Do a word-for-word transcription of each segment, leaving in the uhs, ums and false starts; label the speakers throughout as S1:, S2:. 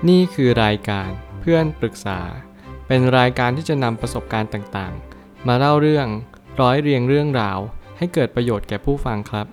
S1: นี่คือรายการเพื่อนปรึกษาเป็นรายการที่จะนำประสบการณ์ต่างๆมาเล่าเรื่องร้อยเรียงเรื่องราวให้เกิดประโยชน์แก่ผู้ฟังครับ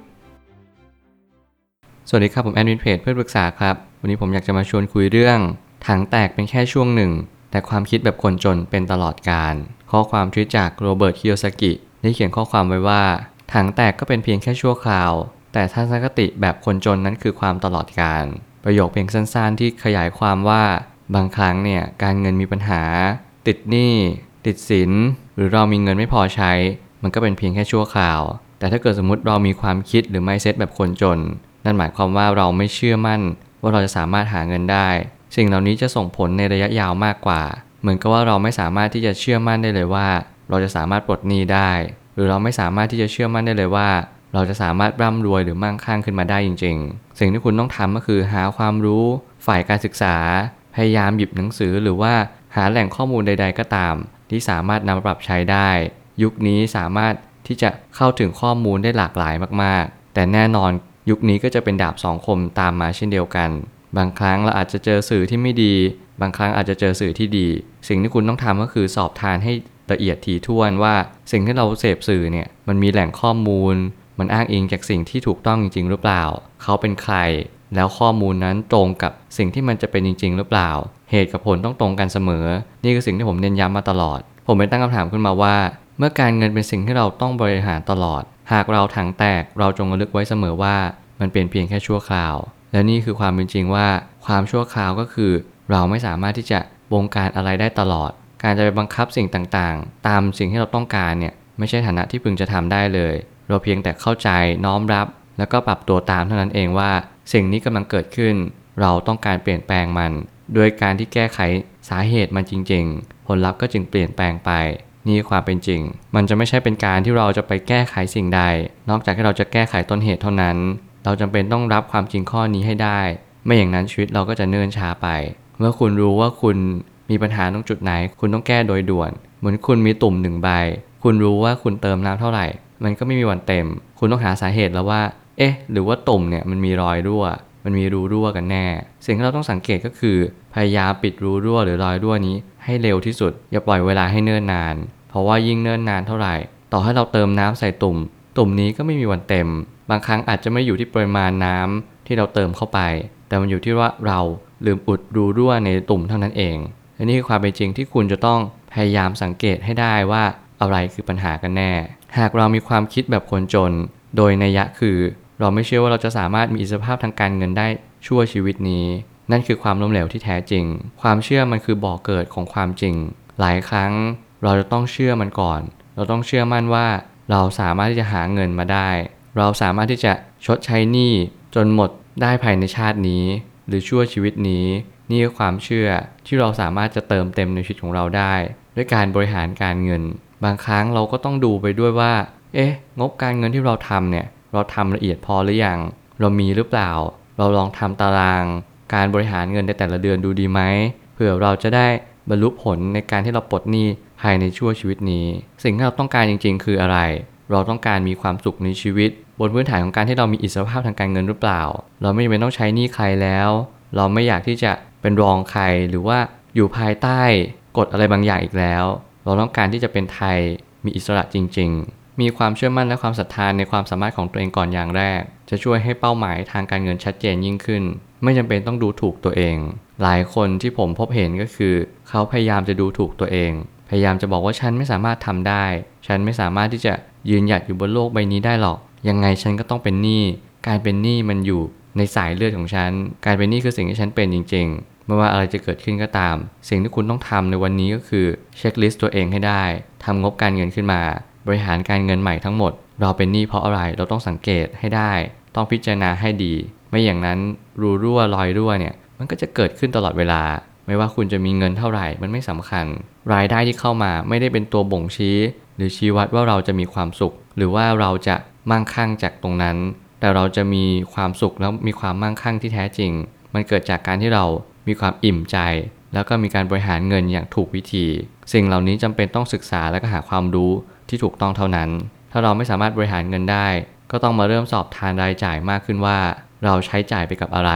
S1: สวัสดีครับผมแอดมินเพจเพื่อนปรึกษาครับวันนี้ผมอยากจะมาชวนคุยเรื่องถังแตกเป็นแค่ช่วงหนึ่งแต่ความคิดแบบคนจนเป็นตลอดกาลข้อความทวิตจากโรเบิร์ตคิโยซากิได้เขียนข้อความไว้ว่าถังแตกก็เป็นเพียงแค่ชั่วคราวแต่ทัศนคติแบบคนจนนั้นคือความตลอดกาลประโยคเพียงสั้นๆที่ขยายความว่าบางครั้งเนี่ยการเงินมีปัญหาติดหนี้ติดสินหรือเรามีเงินไม่พอใช้มันก็เป็นเพียงแค่ชั่วคราวแต่ถ้าเกิดสมมุติเรามีความคิดหรือ mindset แบบคนจนนั่นหมายความว่าเราไม่เชื่อมั่นว่าเราจะสามารถหาเงินได้สิ่งเหล่านี้จะส่งผลในระยะยาวมากกว่าเหมือนกับว่าเราไม่สามารถที่จะเชื่อมั่นได้เลยว่าเราจะสามารถปลดหนี้ได้หรือเราไม่สามารถที่จะเชื่อมั่นได้เลยว่าเราจะสามารถร่ำรวยหรือมั่งคั่งขึ้นมาได้จริงๆสิ่งที่คุณต้องทำก็คือหาความรู้ฝ่ายการศึกษาพยายามหยิบหนังสือหรือว่าหาแหล่งข้อมูลใดๆก็ตามที่สามารถนำมาปรับใช้ได้ยุคนี้สามารถที่จะเข้าถึงข้อมูลได้หลากหลายมากๆแต่แน่นอนยุคนี้ก็จะเป็นดาบสองคมตามมาเช่นเดียวกันบางครั้งเราอาจจะเจอสื่อที่ไม่ดีบางครั้งอาจจะเจอสื่อที่ดีสิ่งที่คุณต้องทำก็คือสอบทานให้ละเอียดถี่ถ้วนว่าสิ่งที่เราเสพสื่อเนี่ยมันมีแหล่งข้อมูลมันอ้างอิงจากสิ่งที่ถูกต้องจริงๆหรือเปล่าเขาเป็นใครแล้วข้อมูลนั้นตรงกับสิ่งที่มันจะเป็นจริงๆหรือเปล่าเหตุกับผลต้องตรงกันเสมอนี่คือสิ่งที่ผมเน้นย้ำมาตลอดผมไปตั้งคำถามขึ้นมาว่าเมื่อการเงินเป็นสิ่งที่เราต้องบริหารตลอดหากเราถังแตกเราจงระลึกไว้เสมอว่ามันเป็นเพียงแค่ชั่วคราวและนี่คือความเป็นจริงว่าความชั่วคราวก็คือเราไม่สามารถที่จะบงการอะไรได้ตลอดการจะไปบังคับสิ่งต่างๆตามสิ่งที่เราต้องการเนี่ยไม่ใช่ฐานะที่พึงจะทำได้เลยเราเพียงแต่เข้าใจน้อมรับแล้วก็ปรับตัวตามเท่านั้นเองว่าสิ่งนี้กำลังเกิดขึ้นเราต้องการเปลี่ยนแปลงมันโดยการที่แก้ไขสาเหตุมันจริงๆผลลัพธ์ก็จึงเปลี่ยนแปลงไปนี่ความเป็นจริงมันจะไม่ใช่เป็นการที่เราจะไปแก้ไขสิ่งใดนอกจากที่เราจะแก้ไขต้นเหตุเท่านั้นเราจำเป็นต้องรับความจริงข้อนี้ให้ได้ไม่อย่างนั้นชีวิตเราก็จะเนิ่นช้าไปเมื่อคุณรู้ว่าคุณมีปัญหาตรงจุดไหนคุณต้องแก้โดยด่วนเหมือนคุณมีตุ่มหนึ่งใบคุณรู้ว่าคุณเติมน้ำเท่าไหร่มันก็ไม่มีวันเต็มคุณต้องหาสาเหตุแล้วว่าเอ๊ะหรือว่าตุ่มเนี่ยมันมีรอยรั่วมันมีรูรั่วกันแน่สิ่งที่เราต้องสังเกตก็คือพยายามปิดรูรั่วหรือรอยรั่วนี้ให้เร็วที่สุดอย่าปล่อยเวลาให้เนิ่นนานเพราะว่ายิ่งเนิ่นนานเท่าไหร่ต่อให้เราเติมน้ำใส่ตุ่มตุ่มนี้ก็ไม่มีวันเต็มบางครั้งอาจจะไม่อยู่ที่ปริมาณน้ำที่เราเติมเข้าไปแต่มันอยู่ที่ว่าเราลืมอุดรูรั่วในตุ่มเท่านั้นเองและนี่คือความเป็นจริงที่คุณจะต้องพยายามสังเกตให้ได้ว่าอะไรคือปัญหากันแน่หากเรามีความคิดแบบคนจนโดยนัยยะคือเราไม่เชื่อว่าเราจะสามารถมีอิสรภาพทางการเงินได้ชั่วชีวิตนี้นั่นคือความล้มเหลวที่แท้จริงความเชื่อมันคือบ่อเกิดของความจริงหลายครั้งเราจะต้องเชื่อมันก่อนเราต้องเชื่อมั่นว่าเราสามารถที่จะหาเงินมาได้เราสามารถที่จะชดใช้หนี้จนหมดได้ภายในชาตินี้หรือชั่วชีวิตนี้นี่คือความเชื่อที่เราสามารถจะเติมเต็มในชีวิตของเราได้ด้วยการบริหารการเงินบางครั้งเราก็ต้องดูไปด้วยว่าเอ๊ะงบการเงินที่เราทำเนี่ยเราทำละเอียดพอหรือยังเรามีหรือเปล่าเราลองทำตารางการบริหารเงินในแต่ละเดือนดูดีไหมเผื่อเราจะได้บรรลุผลในการที่เราปลดหนี้ภายในชั่วชีวิตนี้สิ่งที่เราต้องการจริงๆคืออะไรเราต้องการมีความสุขในชีวิตบนพื้นฐานของการที่เรามีอิสรภาพทางการเงินหรือเปล่าเราไม่จำเป็นต้องใช้หนี้ใครแล้วเราไม่อยากที่จะเป็นรองใครหรือว่าอยู่ภายใต้กฎอะไรบางอย่างอีกแล้วเราต้องการที่จะเป็นไทยมีอิสระจริงๆมีความเชื่อมั่นและความศรัทธาในความสามารถของตัวเองก่อนอย่างแรกจะช่วยให้เป้าหมายทางการเงินชัดเจนยิ่งขึ้นไม่จำเป็นต้องดูถูกตัวเองหลายคนที่ผมพบเห็นก็คือเขาพยายามจะดูถูกตัวเองพยายามจะบอกว่าฉันไม่สามารถทำได้ฉันไม่สามารถที่จะยืนหยัดอยู่บนโลกใบนี้ได้หรอกยังไงฉันก็ต้องเป็นหนี้การเป็นหนี้มันอยู่ในสายเลือดของฉันการเป็นหนี้คือสิ่งที่ฉันเป็นจริงๆไม่ว่าอะไรจะเกิดขึ้นก็ตามสิ่งที่คุณต้องทำในวันนี้ก็คือเช็คลิสต์ตัวเองให้ได้ทำงบการเงินขึ้นมาบริหารการเงินใหม่ทั้งหมดเราเป็นหนี้เพราะอะไรเราต้องสังเกตให้ได้ต้องพิจารณาให้ดีไม่อย่างนั้นรูรั่วรอยรั่วเนี่ยมันก็จะเกิดขึ้นตลอดเวลาไม่ว่าคุณจะมีเงินเท่าไหร่มันไม่สำคัญรายได้ที่เข้ามาไม่ได้เป็นตัวบ่งชี้หรือชี้วัดว่าเราจะมีความสุขหรือว่าเราจะมั่งคั่งจากตรงนั้นแต่เราจะมีความสุขแล้วมีความมั่งคั่งที่แท้จริงมันเกิดจากการที่เรามีความอิ่มใจแล้วก็มีการบริหารเงินอย่างถูกวิธีสิ่งเหล่านี้จำเป็นต้องศึกษาและก็หาความรู้ที่ถูกต้องเท่านั้นถ้าเราไม่สามารถบริหารเงินได้ก็ต้องมาเริ่มสอบทานรายจ่ายมากขึ้นว่าเราใช้จ่ายไปกับอะไร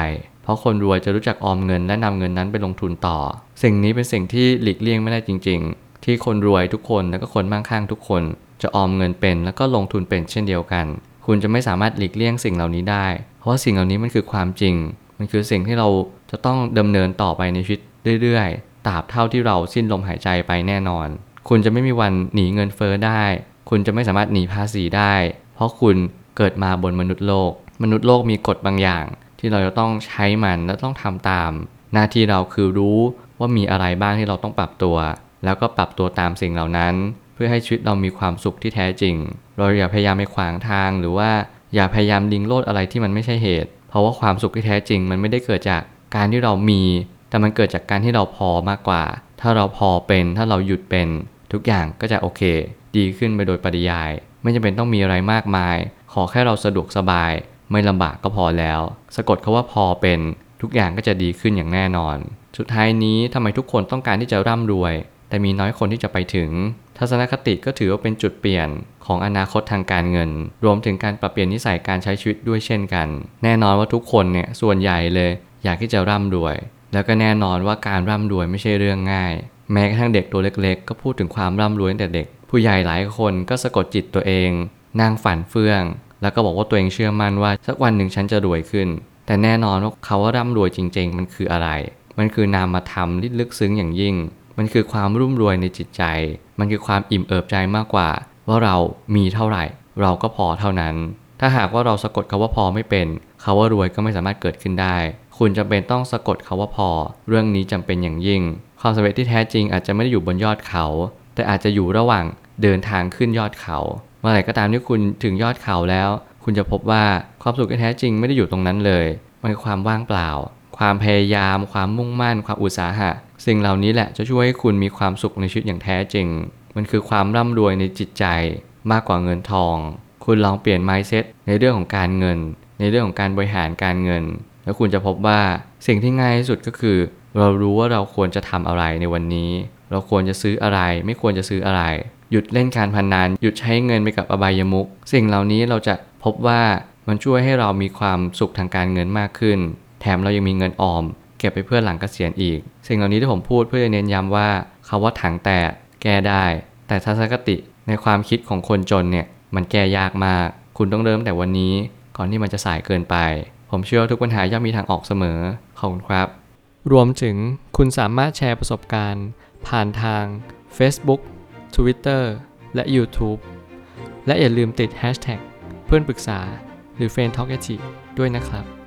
S1: เพราะคนรวยจะรู้จักออมเงินและนำเงินนั้นไปลงทุนต่อสิ่งนี้เป็นสิ่งที่หลีกเลี่ยงไม่ได้จริงๆที่คนรวยทุกคนและก็คนมั่งคั่งทุกคนจะออมเงินเป็นแล้วก็ลงทุนเป็นเช่นเดียวกันคุณจะไม่สามารถหลีกเลี่ยงสิ่งเหล่านี้ได้เพราะว่าสิ่งเหล่านี้มันคือความจริงมันคือสิ่งที่เราจะต้องดำเนินต่อไปในชีวิตเรื่อยๆตราบเท่าที่เราสิ้นลมหายใจไปแน่นอนคุณจะไม่มีวันหนีเงินเฟ้อได้คุณจะไม่สามารถหนีภาษีได้เพราะคุณเกิดมาบนมนุษย์โลกมนุษย์โลกมีกฎบางอย่างที่เราจะต้องใช้มันและต้องทำตามหน้าที่เราคือรู้ว่ามีอะไรบ้างที่เราต้องปรับตัวแล้วก็ปรับตัวตามสิ่งเหล่านั้นเพื่อให้ชีวิตเรามีความสุขที่แท้จริงเราอย่าพยายามไปขวางทางหรือว่าอย่าพยายามลิงโลดอะไรที่มันไม่ใช่เหตุเพราะว่าความสุขที่แท้จริงมันไม่ได้เกิดจากการที่เรามีแต่มันเกิดจากการที่เราพอมากกว่าถ้าเราพอเป็นถ้าเราหยุดเป็นทุกอย่างก็จะโอเคดีขึ้นไปโดยปริยายไม่จำเป็นต้องมีอะไรมากมายขอแค่เราสะดวกสบายไม่ลำบากก็พอแล้วสะกดคำว่าพอเป็นทุกอย่างก็จะดีขึ้นอย่างแน่นอนสุดท้ายนี้ทำไมทุกคนต้องการที่จะร่ำรวยแต่มีน้อยคนที่จะไปถึงทัศนคติก็ถือว่าเป็นจุดเปลี่ยนของอนาคตทางการเงินรวมถึงการปรับเปลี่ยนนิสัยการใช้ชีวิตด้วยเช่นกันแน่นอนว่าทุกคนเนี่ยส่วนใหญ่เลยอยากที่จะร่ำรวยแล้วก็แน่นอนว่าการร่ำรวยไม่ใช่เรื่องง่ายแม้กระทั่งเด็กตัวเล็กๆก็พูดถึงความร่ำรวยตั้งแต่เด็กผู้ใหญ่หลายคนก็สะกดจิตตัวเองนั่งฝันเฟื่องแล้วก็บอกว่าตัวเองเชื่อมั่นว่าสักวันหนึ่งฉันจะรวยขึ้นแต่แน่นอนว่าเขาว่าร่ำรวยจริงๆมันคืออะไรมันคือนามธรรมที่ลึกซึ้งอย่างยิ่งมันคือความรุ่มรวยในจิตใจมันคือความอิ่มเอิบใจมากกว่าว่าเรามีเท่าไหร่เราก็พอเท่านั้นถ้าหากว่าเราสะกดคำว่าพอไม่เป็นคำว่ารวยก็ไม่สามารถเกิดขึ้นได้คุณจำเป็นต้องสะกดคำว่าพอเรื่องนี้จำเป็นอย่างยิ่งความสำเร็จที่แท้จริงอาจจะไม่ได้อยู่บนยอดเขาแต่อาจจะอยู่ระหว่างเดินทางขึ้นยอดเขาเมื่อไหร่ก็ตามที่คุณถึงยอดเขาแล้วคุณจะพบว่าความสุขที่แท้จริงไม่ได้อยู่ตรงนั้นเลยมันคือความว่างเปล่าความพยายามความมุ่งมั่นความอุตสาหะสิ่งเหล่านี้แหละจะช่วยให้คุณมีความสุขในชีวิตอย่างแท้จริงมันคือความร่ำรวยในจิตใจมากกว่าเงินทองคุณลองเปลี่ยน mindset ในเรื่องของการเงินในเรื่องของการบริหารการเงินแล้วคุณจะพบว่าสิ่งที่ง่ายที่สุดก็คือเรารู้ว่าเราควรจะทำอะไรในวันนี้เราควรจะซื้ออะไรไม่ควรจะซื้ออะไรหยุดเล่นการพนันหยุดใช้เงินไปกับอบายมุขสิ่งเหล่านี้เราจะพบว่ามันช่วยให้เรามีความสุขทางการเงินมากขึ้นแถมเรายังมีเงินออมเก็บไปเพื่อหลังเกษียณอีกสิ่งเหล่านี้ที่ผมพูดเพื่อจะเน้นย้ำว่าคำว่าถังแตกแก้ได้แต่ทัศนคติในความคิดของคนจนเนี่ยมันแก้ยากมากคุณต้องเริ่มแต่วันนี้ก่อนที่มันจะสายเกินไปผมเชื่อว่าทุกปัญหาย่อมมีทางออกเสมอขอบคุณครับรวมถึงคุณสามารถแชร์ประสบการณ์ผ่านทาง Facebook Twitter และ YouTube และอย่าลืมติด แฮชแท็ก เพื่อนปรึกษาหรือ เฟรนด์ ทอล์ก ด้วยนะครับ